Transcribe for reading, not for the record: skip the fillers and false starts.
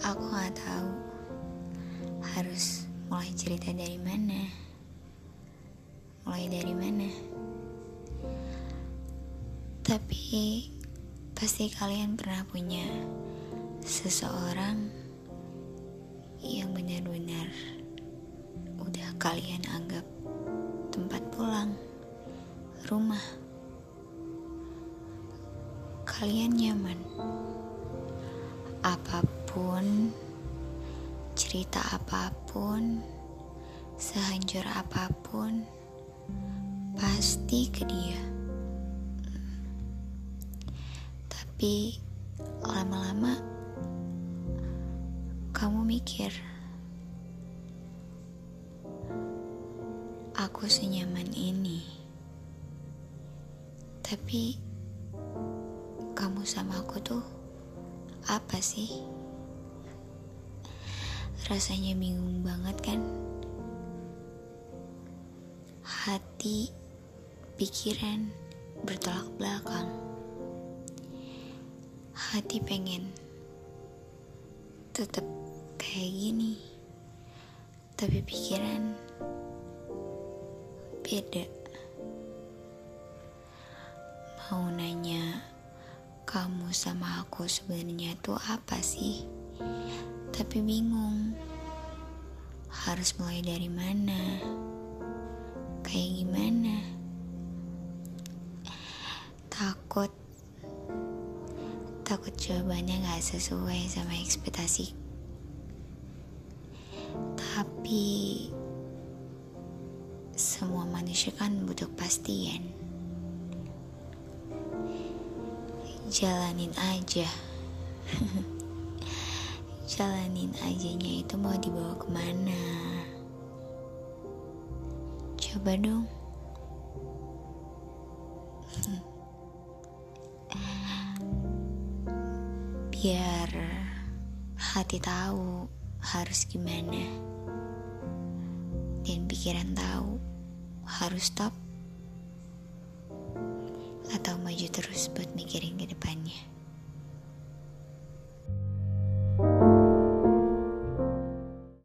Aku gak tahu harus mulai cerita dari mana. Tapi pasti kalian pernah punya seseorang yang benar-benar udah kalian anggap tempat pulang, rumah. Kalian nyaman. Apapun, cerita apapun, sehancur apapun, pasti ke dia. Tapi lama-lama kamu mikir, aku senyaman ini, tapi kamu sama aku tuh apa sih? Rasanya bingung banget kan? Hati, pikiran bertolak belakang. Hati pengen tetap kayak gini, tapi pikiran beda. Mau nanya, kamu sama aku sebenarnya tuh apa sih? Tapi bingung harus mulai dari mana, kayak gimana. Takut jawabannya gak sesuai sama ekspektasi. Tapi semua manusia kan butuh kepastian. Jalanin aja. Jalanin ajanya itu mau dibawa kemana? Coba dong. Biar hati tahu harus gimana, dan pikiran tahu harus stop atau maju terus buat mikirin ke depannya.